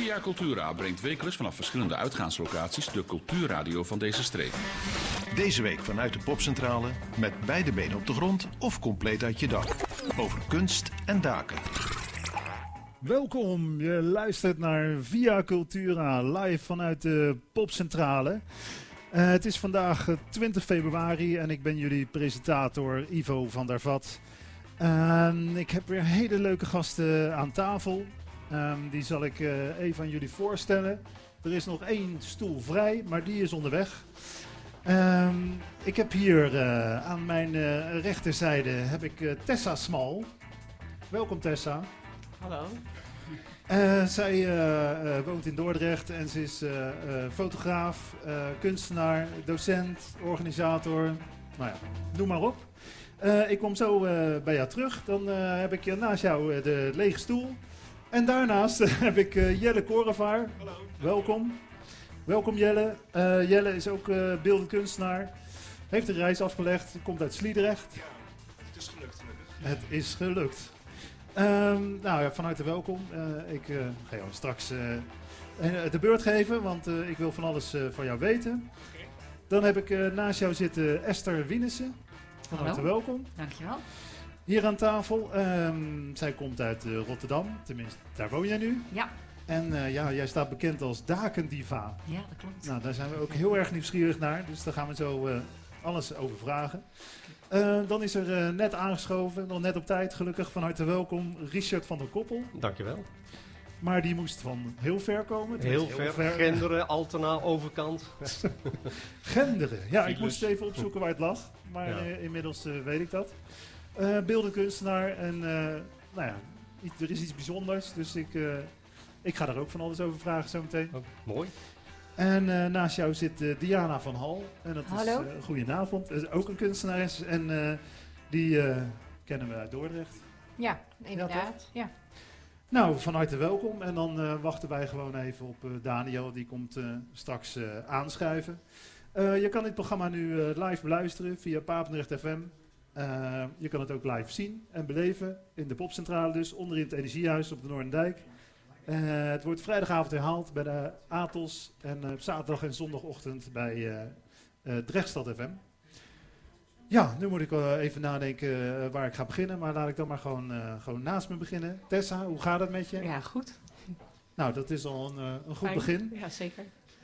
Via Cultura brengt wekelijks vanaf verschillende uitgaanslocaties de cultuurradio van deze streek. Deze week vanuit de Popcentrale met beide benen op de grond of compleet uit je dak. Over kunst en daken. Welkom, je luistert naar Via Cultura live vanuit de Popcentrale. Het is vandaag 20 februari en ik ben jullie presentator Ivo van der Vat. Ik heb weer hele leuke gasten aan tafel. Die zal ik even aan jullie voorstellen. Er is nog 1 stoel vrij, maar die is onderweg. Ik heb hier aan mijn rechterzijde heb ik Tessa Smal. Welkom Tessa. Hallo. Zij woont in Dordrecht en ze is fotograaf, kunstenaar, docent, organisator. Nou ja, noem maar op. Ik kom zo bij jou terug. Dan heb ik naast jou de lege stoel. En daarnaast heb ik Jelle Korevaar. Hallo. Welkom. Welkom Jelle. Jelle is ook beeldend kunstenaar. Heeft de reis afgelegd. Komt uit Sliedrecht. Ja, het is gelukt gelukkig. Het is gelukt. Nou ja, van harte welkom. Ik ga jou straks de beurt geven, want ik wil van alles van jou weten. Okay. Dan heb ik naast jou zitten Esther Wienissen. Van harte welkom. Dankjewel. Hier aan tafel. Zij komt uit Rotterdam, tenminste daar woon jij nu. Ja. En ja, jij staat bekend als dakendiva. Ja, dat klopt. Nou, daar zijn we ook heel erg nieuwsgierig naar, dus daar gaan we zo alles over vragen. Dan is er net aangeschoven, nog net op tijd gelukkig, van harte welkom, Richard van der Koppel. Dankjewel. Maar die moest van heel ver komen. Heel ver. Genderen, Altena, overkant. Genderen. Ja, ik Files. moest even opzoeken waar het lag. Maar Ja. inmiddels weet ik dat. Beeldend kunstenaar. En nou ja, er is iets bijzonders. Dus ik ga daar ook van alles over vragen zometeen. Oh, mooi. En naast jou zit Diana van Hal. En dat Hallo. is goedenavond. Dat is ook een kunstenares. En die kennen we uit Dordrecht. Ja, inderdaad. Ja. Nou, van harte welkom. En dan wachten wij gewoon even op Daniel. Die komt straks aanschuiven. Je kan dit programma nu live beluisteren via Papendrecht FM. Je kan het ook live zien en beleven in de Popcentrale dus, onderin het Energiehuis op de Noordendijk. Het wordt vrijdagavond herhaald bij de Atos en op zaterdag en zondagochtend bij Drechtstad FM. Ja, nu moet ik even nadenken waar ik ga beginnen, maar laat ik dan maar gewoon naast me beginnen. Tessa, hoe gaat het met je? Ja, goed. Nou, dat is al een goed Fijn. begin. Ja, zeker.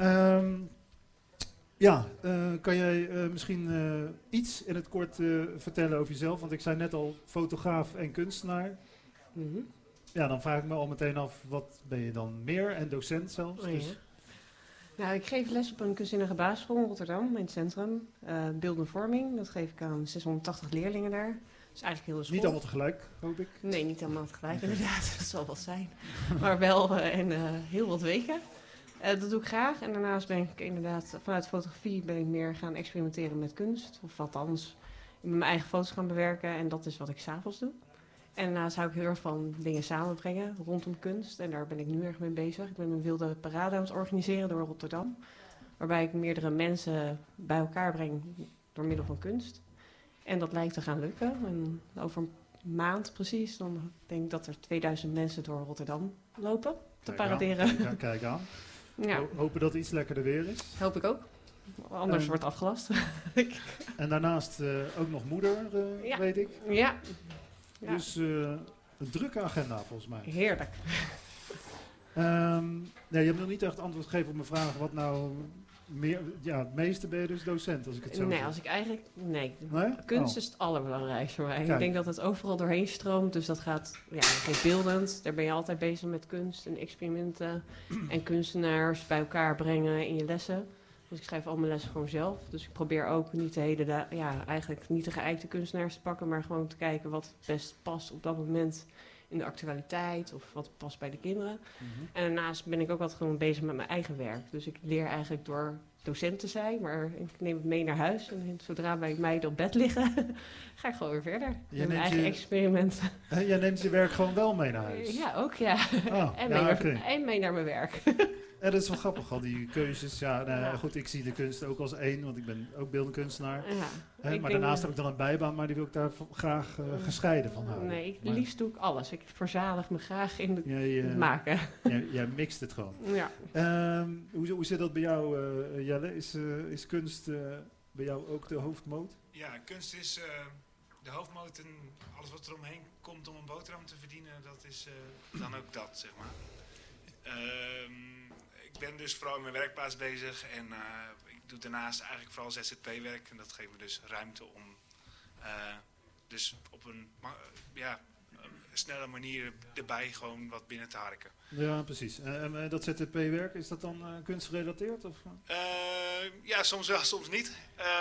Kan jij misschien iets in het kort vertellen over jezelf? Want ik zei net al fotograaf en kunstenaar. Mhm. Ja, dan vraag ik me al meteen af, wat ben je dan meer? En docent zelfs. Oh, ja. Dus, Nou, ik geef les op een kunstzinnige basisschool in Rotterdam, in het centrum. Beeldende vorming, dat geef ik aan 680 leerlingen daar. Dus eigenlijk heel de school. niet allemaal tegelijk, hoop ik. Nee, niet allemaal tegelijk inderdaad. Dat zal wel zijn. Maar wel heel wat weken. Dat doe ik graag. En daarnaast ben ik inderdaad vanuit fotografie ben ik meer gaan experimenteren met kunst. Of althans, met mijn eigen foto's gaan bewerken. En dat is wat ik 's avonds doe. En daarnaast hou ik heel erg van dingen samenbrengen rondom kunst. En daar ben ik nu erg mee bezig. Ik ben een wilde parade aan het organiseren door Rotterdam. Waarbij ik meerdere mensen bij elkaar breng door middel van kunst. En dat lijkt te gaan lukken. En over een maand precies, dan denk ik dat er 2000 mensen door Rotterdam lopen te paraderen. Kijk aan. Ja, Hopen dat het iets lekkerder weer is. hoop ik ook. Anders En- wordt afgelast. En daarnaast ook nog moeder, Ja. weet ik. Ja. Ja, Dus een drukke agenda volgens mij. heerlijk. Nee, je hebt nog niet echt antwoord gegeven op mijn vraag. Wat nou meer... Ja, het meeste ben je dus docent, als ik het zo Nee, zeg. als ik eigenlijk... Nee, Nee? kunst Oh. is het allerbelangrijkste voor mij. Kijk. Ik denk dat het overal doorheen stroomt. Dus dat gaat, ja, geen beeldend. Daar ben je altijd bezig met kunst en experimenten. En kunstenaars bij elkaar brengen in je lessen. Dus ik schrijf al mijn lessen gewoon zelf. Dus ik probeer ook niet eigenlijk niet de geëikte kunstenaars te pakken. Maar gewoon te kijken wat het best past op dat moment in de actualiteit. Of wat past bij de kinderen. Mhm. En daarnaast ben ik ook altijd gewoon bezig met mijn eigen werk. Dus ik leer eigenlijk door docent te zijn, maar ik neem het mee naar huis. En zodra mijn meiden op bed liggen, ga ik gewoon weer verder. Met mijn eigen experimenten. Jij neemt je werk gewoon wel mee naar huis? Ja, ook ja. Oh, en mee naar mijn werk. Ja, dat is wel grappig, al die keuzes. Ja, goed, ik zie de kunst ook als één, want ik ben ook beeldend kunstenaar. Ja, maar daarnaast heb ik dan een bijbaan, maar die wil ik daar graag gescheiden van houden. Nee, liefst doe ik alles. Ik verzadig me graag in het maken. Jij mixt het gewoon. Ja. Hoe zit dat bij jou, Jelle? Is kunst bij jou ook de hoofdmoot? Ja, kunst is de hoofdmoot en alles wat er omheen komt om een boterham te verdienen, dat is dan ook dat, zeg maar. Ik ben dus vooral in mijn werkplaats bezig en ik doe daarnaast eigenlijk vooral ZZP-werk en dat geeft me dus ruimte om dus op een snelle manier erbij gewoon wat binnen te harken. Ja, precies. En dat ZZP-werk, is dat dan kunstgerelateerd? Of? Ja, soms wel, soms niet.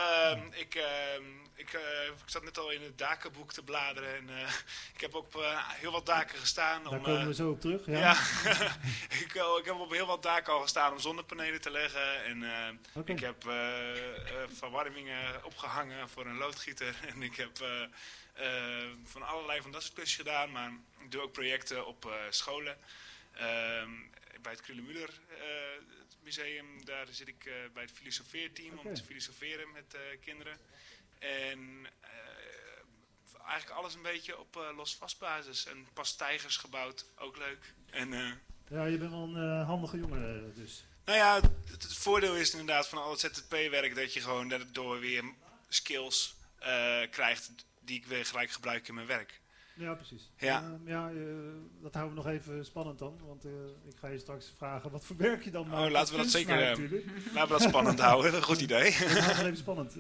Ik zat net al in het dakenboek te bladeren en ik heb op heel wat daken gestaan. Daar komen we zo op terug. Ja. Ja. Ik heb op heel wat daken al gestaan om zonnepanelen te leggen. En ik heb verwarmingen opgehangen voor een loodgieter. En ik heb van allerlei van dat soort klusjes gedaan. Maar ik doe ook projecten op scholen. Bij het Krüller-Müller museum, daar zit ik bij het filosofeerteam om te filosoferen met kinderen. En eigenlijk alles een beetje op los-vast-basis. En pas tijgers gebouwd, ook leuk. En, ja, je bent wel een handige jongen dus. Nou ja, het voordeel is inderdaad van al het ZZP-werk dat je gewoon daardoor weer skills krijgt die ik weer gelijk gebruik in mijn werk. Ja, precies. Ja. Dat houden we nog even spannend dan. Want ik ga je straks vragen, wat voor werk je dan maakt? Oh, laten we dat zeker laten we dat spannend houden. Goed idee. Dat is even spannend.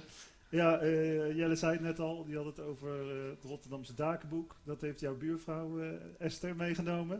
Jelle zei het net al, die had het over het Rotterdamse dakenboek. Dat heeft jouw buurvrouw Esther meegenomen.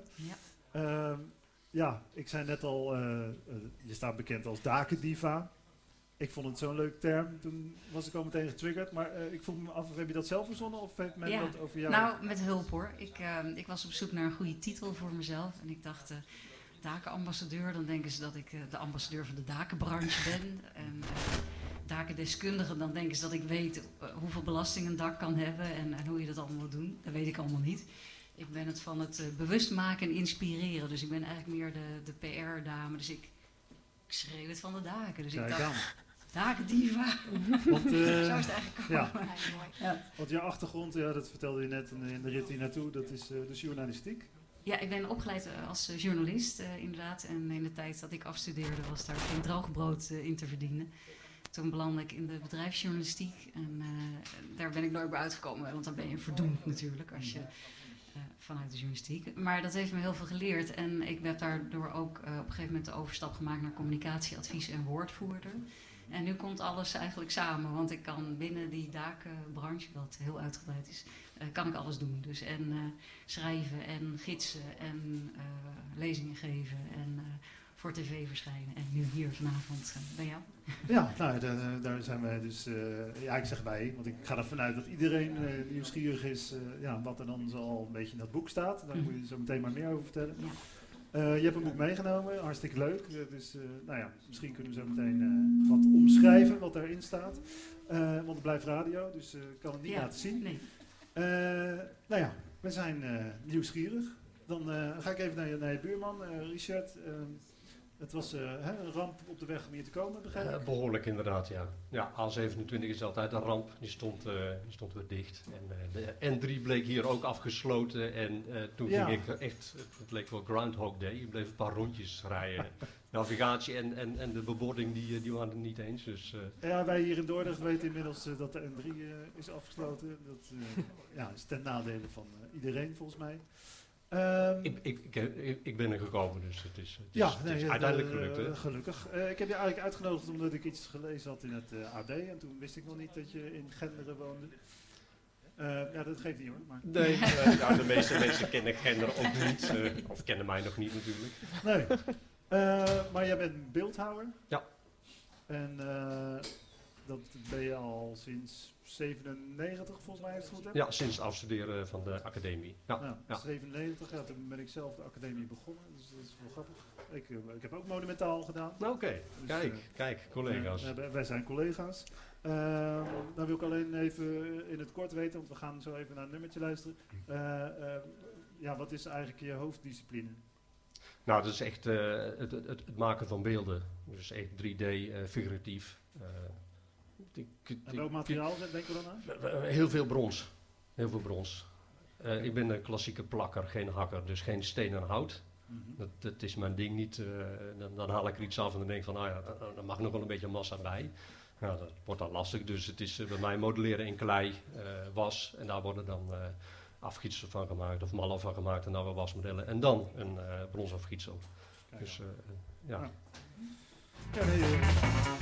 Ja. Ik zei net al, je staat bekend als dakendiva. Ik vond het zo'n leuk term, toen was ik al meteen getriggerd. Maar ik vroeg me af, heb je dat zelf verzonnen of heeft men dat over jou? Nou, met hulp hoor. Ik was op zoek naar een goede titel voor mezelf. En ik dacht, dakenambassadeur, dan denken ze dat ik de ambassadeur van de dakenbranche ben. En dakendeskundige, dan denken ze dat ik weet hoeveel belasting een dak kan hebben en hoe je dat allemaal moet doen. Dat weet ik allemaal niet. Ik ben het van het bewust maken en inspireren. Dus ik ben eigenlijk meer de PR-dame. Dus ik schreeuw het van de daken. Dus ik dacht, dakendiva. Want, zo is het eigenlijk komen. Ja. Want je achtergrond, dat vertelde je net in de rit hier naartoe, dat is de journalistiek. Ja, ik ben opgeleid als journalist inderdaad. En in de tijd dat ik afstudeerde was daar geen droogbrood in te verdienen. Toen belandde ik in de bedrijfsjournalistiek en daar ben ik nooit bij uitgekomen. Want dan ben je verdoemd natuurlijk als je vanuit de journalistiek. Maar dat heeft me heel veel geleerd. En ik heb daardoor ook op een gegeven moment de overstap gemaakt naar communicatieadvies en woordvoerder. En nu komt alles eigenlijk samen. Want ik kan binnen die dakenbranche, wat heel uitgebreid is, kan ik alles doen. Dus schrijven en gidsen en lezingen geven en voor tv verschijnen. En nu hier vanavond bij jou. Ja, nou, daar zijn wij dus, ik zeg wij, want ik ga ervan uit dat iedereen nieuwsgierig is wat er dan zo al een beetje in dat boek staat. Daar moet je zo meteen maar meer over vertellen. Ja. Je hebt een boek meegenomen, hartstikke leuk. Dus misschien kunnen we zo meteen wat omschrijven wat daarin staat. Want het blijft radio, dus ik kan het niet laten zien. Nee. We zijn nieuwsgierig. Dan ga ik even naar je buurman, Richard. Het was een ramp op de weg om hier te komen, begrijp ik? Behoorlijk inderdaad, ja. Ja, A27 is altijd een ramp. Die stond weer dicht. En de N3 bleek hier ook afgesloten. En toen ging ik echt, het leek wel Groundhog Day. Ik bleef een paar rondjes rijden. Navigatie en de bebording die waren het niet eens. Dus, wij hier in Dordrecht weten inmiddels dat de N3 is afgesloten. Dat is ten nadele van iedereen volgens mij. Ik ben er gekomen, dus het is uiteindelijk gelukt. Gelukkig. Ik heb je eigenlijk uitgenodigd omdat ik iets gelezen had in het AD. En toen wist ik nog niet dat je in Genderen woonde. Dat geeft niet hoor. Maar. Nee, de meeste mensen kennen Genderen ook niet. Of kennen mij nog niet natuurlijk. Nee. Maar jij bent beeldhouwer. Ja. En dat ben je al sinds 97 volgens mij, als ik het goed heb? Ja, sinds het afstuderen van de academie. Ja. 97, toen ben ik zelf de academie begonnen, dus dat is wel grappig. Ik heb ook monumentaal gedaan. Oké. Dus, kijk, collega's. Wij zijn collega's. Dan wil ik alleen even in het kort weten, want we gaan zo even naar een nummertje luisteren. Wat is eigenlijk je hoofddiscipline? Nou, dat is echt het maken van beelden. Dus echt 3D, figuratief. En welk materiaal denken we dan aan? Heel veel brons. Heel veel brons. Ik ben een klassieke plakker, geen hakker, dus geen steen en hout. Mm-hmm. Dat is mijn ding niet. Dan haal ik er iets af en dan denk ik van, er mag nog wel een beetje massa bij. Nou, dat wordt dan lastig, dus het is bij mij modelleren in klei, was. En daar worden dan afgietsels van gemaakt of mallen van gemaakt en dan weer wasmodellen. En dan een bronsafgietsel. Dus ja. Ja, nee,